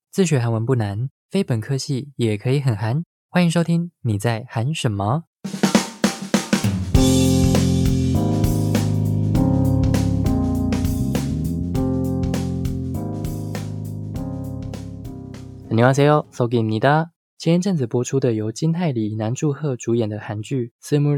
自学韩文不难，非本科系也可以很韩。欢迎收听你在韩什么？안녕하세요，소기입니다。前一阵子播出的由金泰梨、南柱赫主演的韩剧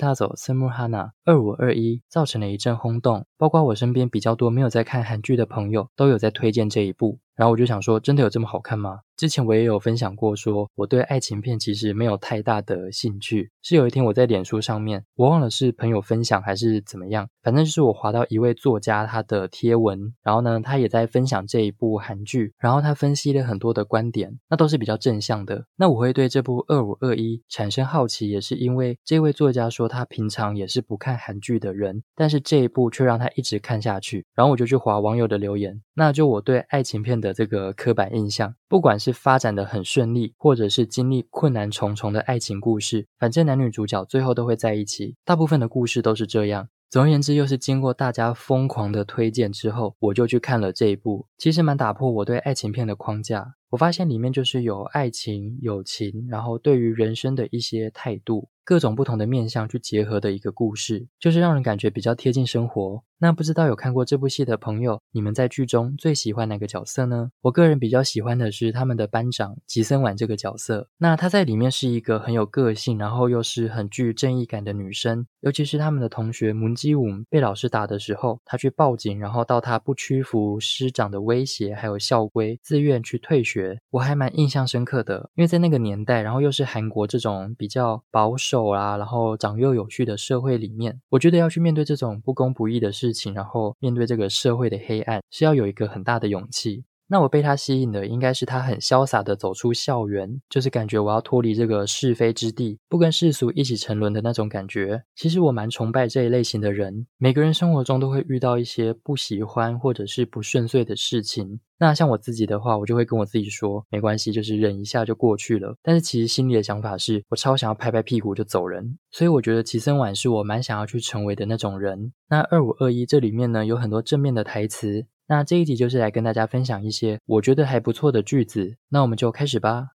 《스물다섯스물하나2521》造成了一阵轰动，包括我身边比较多没有在看韩剧的朋友都有在推荐这一部。然后我就想说，真的有这么好看吗？之前我也有分享过说我对爱情片其实没有太大的兴趣，是有一天我在脸书上面，我忘了是朋友分享还是怎么样，反正就是我滑到一位作家他的贴文，然后呢他也在分享这一部韩剧，然后他分析了很多的观点，那都是比较正向的。那我会对这部2521产生好奇，也是因为这位作家说他平常也是不看韩剧的人，但是这一部却让他一直看下去，然后我就去滑网友的留言，那就我对爱情片的这个刻板印象，不管是发展的很顺利，或者是经历困难重重的爱情故事，反正男女主角最后都会在一起，大部分的故事都是这样。总而言之，又是经过大家疯狂的推荐之后，我就去看了这一部，其实蛮打破我对爱情片的框架。我发现里面就是有爱情、友情，然后对于人生的一些态度，各种不同的面向去结合的一个故事，就是让人感觉比较贴近生活。那不知道有看过这部戏的朋友，你们在剧中最喜欢哪个角色呢？我个人比较喜欢的是他们的班长吉森婉这个角色。那她在里面是一个很有个性，然后又是很具正义感的女生，尤其是他们的同学문지武被老师打的时候，她去报警，然后到她不屈服师长的威胁还有校规，自愿去退学，我还蛮印象深刻的。因为在那个年代，然后又是韩国这种比较保守啦，然后长幼有序的社会里面，我觉得要去面对这种不公不义的事情，然后面对这个社会的黑暗，是要有一个很大的勇气。那我被他吸引的应该是他很潇洒的走出校园，就是感觉我要脱离这个是非之地，不跟世俗一起沉沦的那种感觉。其实我蛮崇拜这一类型的人，每个人生活中都会遇到一些不喜欢或者是不顺遂的事情，那像我自己的话，我就会跟我自己说没关系，就是忍一下就过去了。但是其实心里的想法是我超想要拍拍屁股就走人，所以我觉得齐森婉是我蛮想要去成为的那种人。那2521这里面呢有很多正面的台词，那这一集就是来跟大家分享一些我觉得还不错的句子，那我们就开始吧。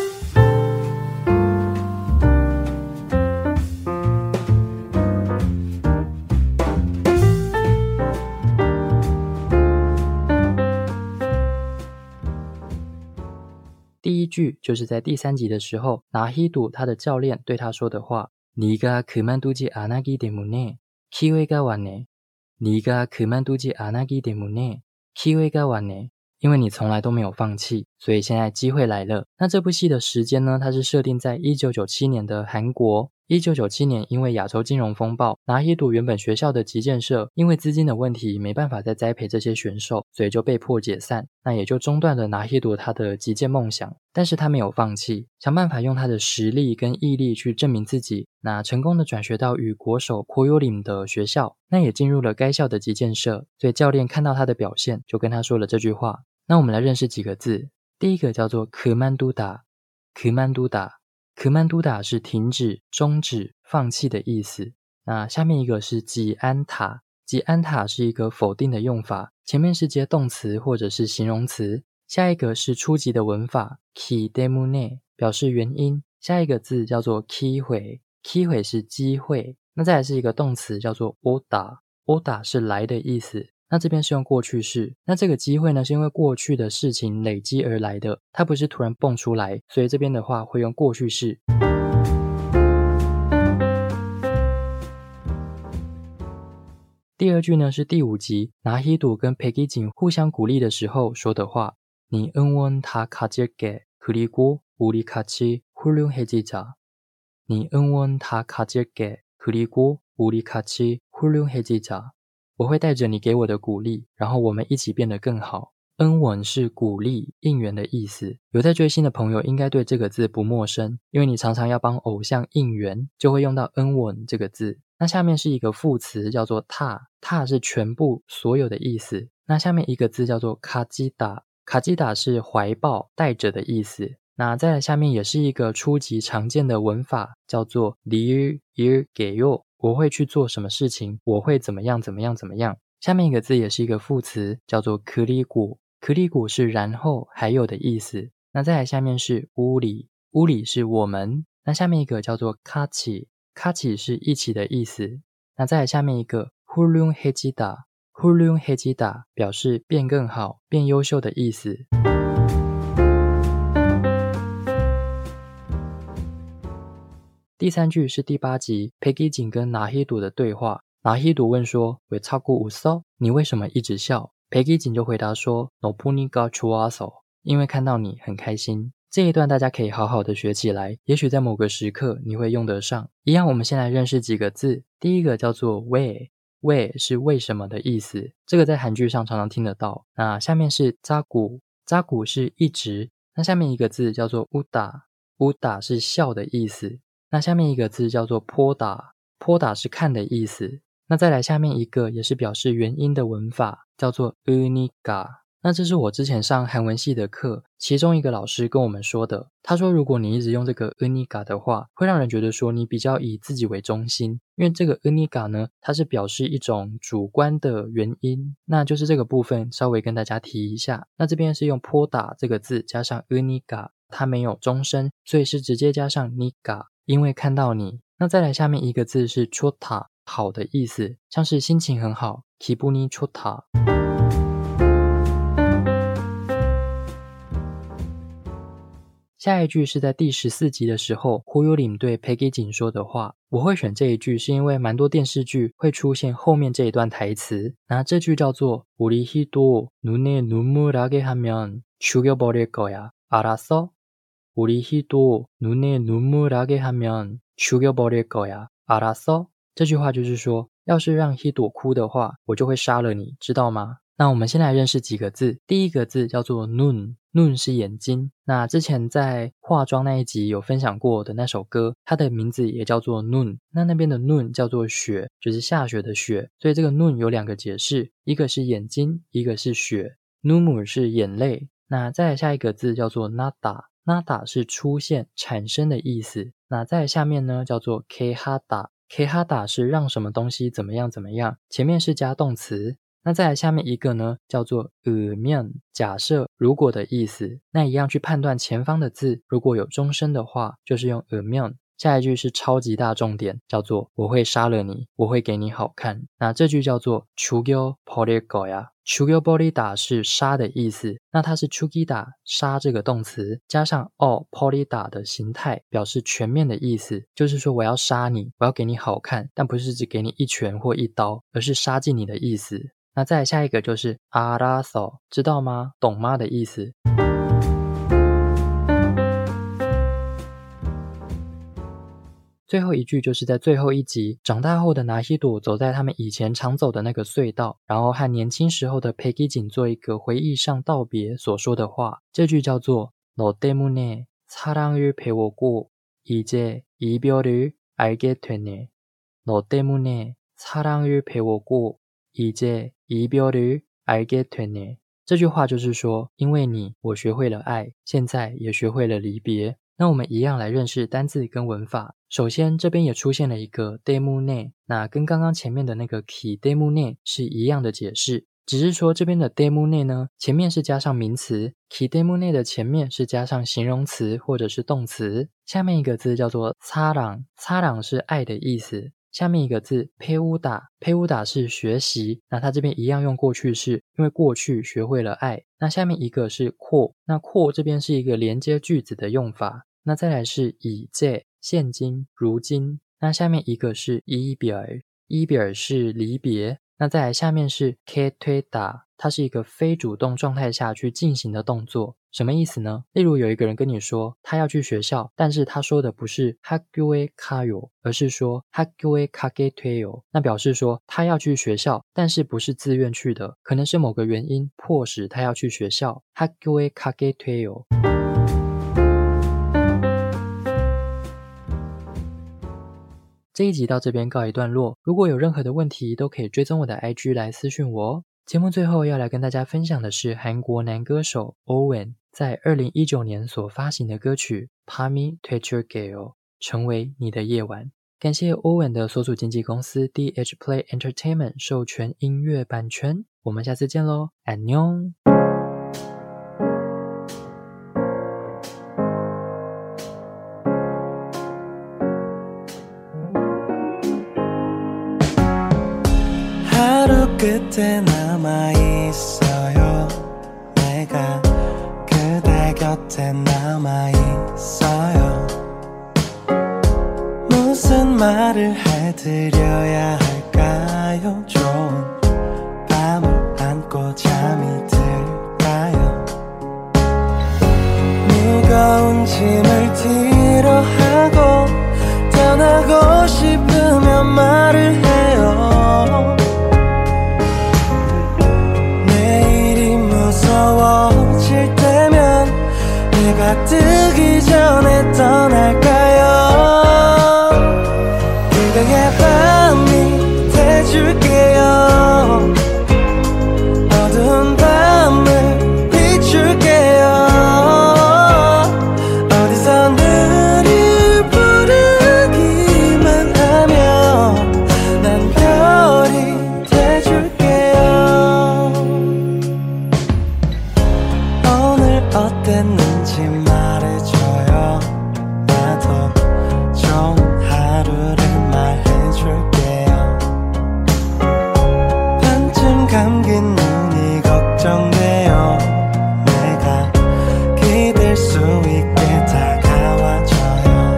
第一句就是在第3集的时候，拿希堵他的教练对他说的话，네가 그만두지 않았기 때문에 기회가 왔네。네가 그만두지 않았기 때문에 기회가 왔네。因为你从来都没有放弃，所以现在机会来了。那这部戏的时间呢，它是设定在1997年的韩国。1997年因为亚洲金融风暴，拿希堵原本学校的击剑社因为资金的问题没办法再栽培这些选手，所以就被迫解散，那也就中断了拿希堵他的击剑梦想。但是他没有放弃，想办法用他的实力跟毅力去证明自己，那成功的转学到与国手코요림的学校，那也进入了该校的击剑社，所以教练看到他的表现，就跟他说了这句话。那我们来认识几个字，第一个叫做그만두다。그만두다是停止、终止、放弃的意思。那下面一个是吉安塔是一个否定的用法，前面是接动词或者是形容词。下一个是初级的文法기 때문에表示原因，下一个字叫做기회是机会。那再来是一个动词叫做오다是来的意思，那这边是用过去式。那这个机会呢是因为过去的事情累积而来的，它不是突然蹦出来，所以这边的话会用过去式。第二句呢是第5集拿希堵跟백이진互相鼓励的时候说的话，네 응원 다 가질게 그리고 우리 같이 훌륭해지자。네 응원 다 가질게 그리고 우리 같이 훌륭해지자。我会带着你给我的鼓励，然后我们一起变得更好。恩吻是鼓励、应援的意思，有在追星的朋友应该对这个字不陌生，因为你常常要帮偶像应援，就会用到恩吻这个字。那下面是一个副词叫做踏是全部、所有的意思。那下面一个字叫做卡基达是怀抱、带着的意思。那再来下面也是一个初级常见的文法，叫做리을给요，我会去做什么事情，我会怎么样怎么样怎么样。下面一个字也是一个副词，叫做그리고是然后还有的意思。 那再来下面是乌里，乌里是我们，那下面一个叫做卡奇，卡奇是一起的意思。那再来下面一个훌륭해지다表示变更好、变优秀的意思。第三句是第8集백이진跟나희도的对话。나희도问说왜 자꾸 웃어？你为什么一直笑？백이진就回答说너 보니까 좋아서，因为看到你很开心。这一段大家可以好好的学起来，也许在某个时刻你会用得上。一样，我们先来认识几个字。第一个叫做왜，왜是为什么的意思，这个在韩剧上常常听得到。那下面是자꾸，자꾸是一直。那下面一个字叫做웃다，웃다是笑的意思。那下面一个字叫做보다，보다是看的意思。那再来下面一个也是表示原因的文法，叫做으니까。那这是我之前上韩文系的课，其中一个老师跟我们说的。他说如果你一直用这个으니까的话，会让人觉得说你比较以自己为中心，因为这个으니까呢，它是表示一种主观的原因。那就是这个部分稍微跟大家提一下。那这边是用보다这个字加上으니까，它没有终身，所以是直接加上니까，因为看到你。那再来下面一个字是좋다，好的意思，像是心情很好，기분이 좋다。下一句是在第14集的时候호요림对백이진说的话。我会选这一句是因为蛮多电视剧会出现后面这一段台词。那这句叫做우리 희도 눈에 눈물 나게 하면 죽여버릴 거야. 알았어? 우리 희도 눈에 눈물 나게 하면 죽여버릴 거야. 알았어? 这句话就是说，要是让희도哭的话，我就会杀了你，知道吗？那我们先来认识几个字。第一个字叫做눈是眼睛。那之前在化妆那一集有分享过的那首歌，它的名字也叫做눈。那边的눈叫做雪，就是下雪的雪。所以这个눈有两个解释，一个是眼睛，一个是雪。눈물是眼泪。那再来下一个字叫做나다是出现、产生的意思。那再来下面呢叫做KHada是让什么东西怎么样怎么样，前面是加动词。那再来下面一个呢叫做으면，假设如果的意思。那一样去判断前方的字，如果有终身的话，就是用으면。下一句是超级大重点，叫做我会杀了你，我会给你好看。那这句叫做죽여버릴 거야。죽여버리다是杀的意思，那它是죽이다杀这个动词加上버리다的形态，表示全面的意思，就是说我要杀你，我要给你好看，但不是只给你一拳或一刀，而是杀尽你的意思。那再来下一个就是알았어，知道吗？懂吗的意思。最后一句就是在最后一集，长大后的나희도走在他们以前常走的那个隧道，然后和年轻时候的백이진做一个回忆上道别所说的话。这句叫做너 때문에 사랑을 배우고 이제 이별을 알게 되네. 너 때문에 사랑을 배우고 이제 이별을 알게 되네. 这句话就是说，因为你，我学会了爱，现在也学会了离别。那我们一样来认识单字跟文法。首先这边也出现了一个때문에，那跟刚刚前面的那个기 때문에是一样的解释，只是说这边的때문에呢，前面是加上名词，기 때문에的前面是加上形容词或者是动词。下面一个字叫做사랑是爱的意思。下面一个字배우다是学习，那它这边一样用过去式，因为过去学会了爱。那下面一个是코，那코这边是一个连接句子的用法。那再来是이제现今如今。那下面一个是이별是离别。那再来下面是개되다，它是一个非主动状态下去进行的动作。什么意思呢？例如有一个人跟你说他要去学校，但是他说的不是학교에 가요，而是说학교에 가게 돼요，那表示说他要去学校，但是不是自愿去的，可能是某个原因迫使他要去学校。학교에 가게 돼요。这一集到这边告一段落，如果有任何的问题都可以追踪我的 IG 来私讯我哦。节目最后要来跟大家分享的是韩国男歌手 Owen 在2019年所发行的歌曲 밤이 되줄게요， 成为你的夜晚。感谢 Owen 的所属经纪公司 DH Play Entertainment 授权音乐版权，我们下次见咯，안녕。 끝에 남아있어요. 내가 그대 곁에 남아있어요. 무슨 말을 해드려야 할까요? 좋은 밤을 안고 잠이 들까요? 무거운 짐을 뒤로 하고 떠나고 싶으면 말을 해요. 내일이 무서워질 때면 해가 뜨기 전에 떠날까요? 그대의 밤이 돼줄게요. 어두운 밤을 비출게요. 어디서 너를 부르기만 하면 난 별이 돼줄게요. 오늘 어땠는지 말해줘요. 나도 좋은 하루를 말해줄게요. 반쯤 감긴 눈이 걱정돼요. 내가 기댈 수 있게 다가와줘요.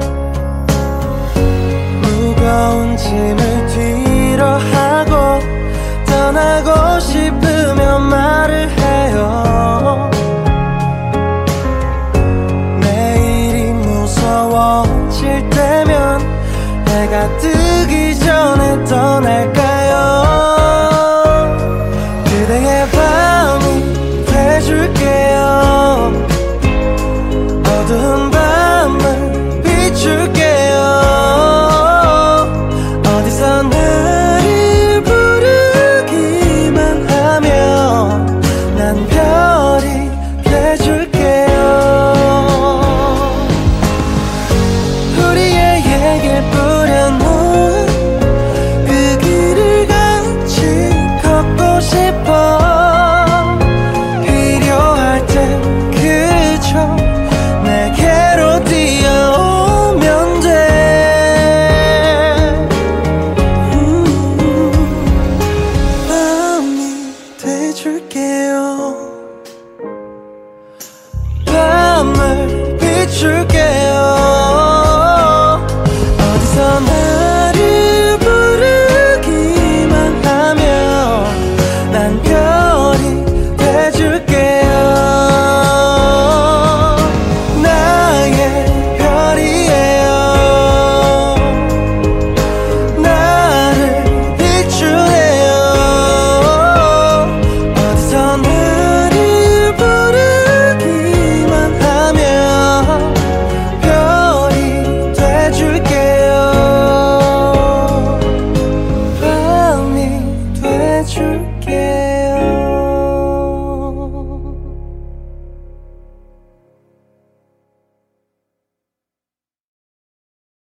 무거운 짐을 뒤로 하고 떠나고 싶으면 말을 해요. 내일이 무서워질 때면 해가 뜨기 전에 떠날까요? 그대의 밤이 돼줄게요. 어두운 밤을 비출게요. 어디서 너를 부르기만 하면 난 별이 돼줄게요. 우리의 얘기를 뿌려놓은 그 길을 같이 걷고 싶어. 필요할 땐 그저 내게로 뛰어오면 돼. 밤이 돼줄게요. 밤을 비출게요.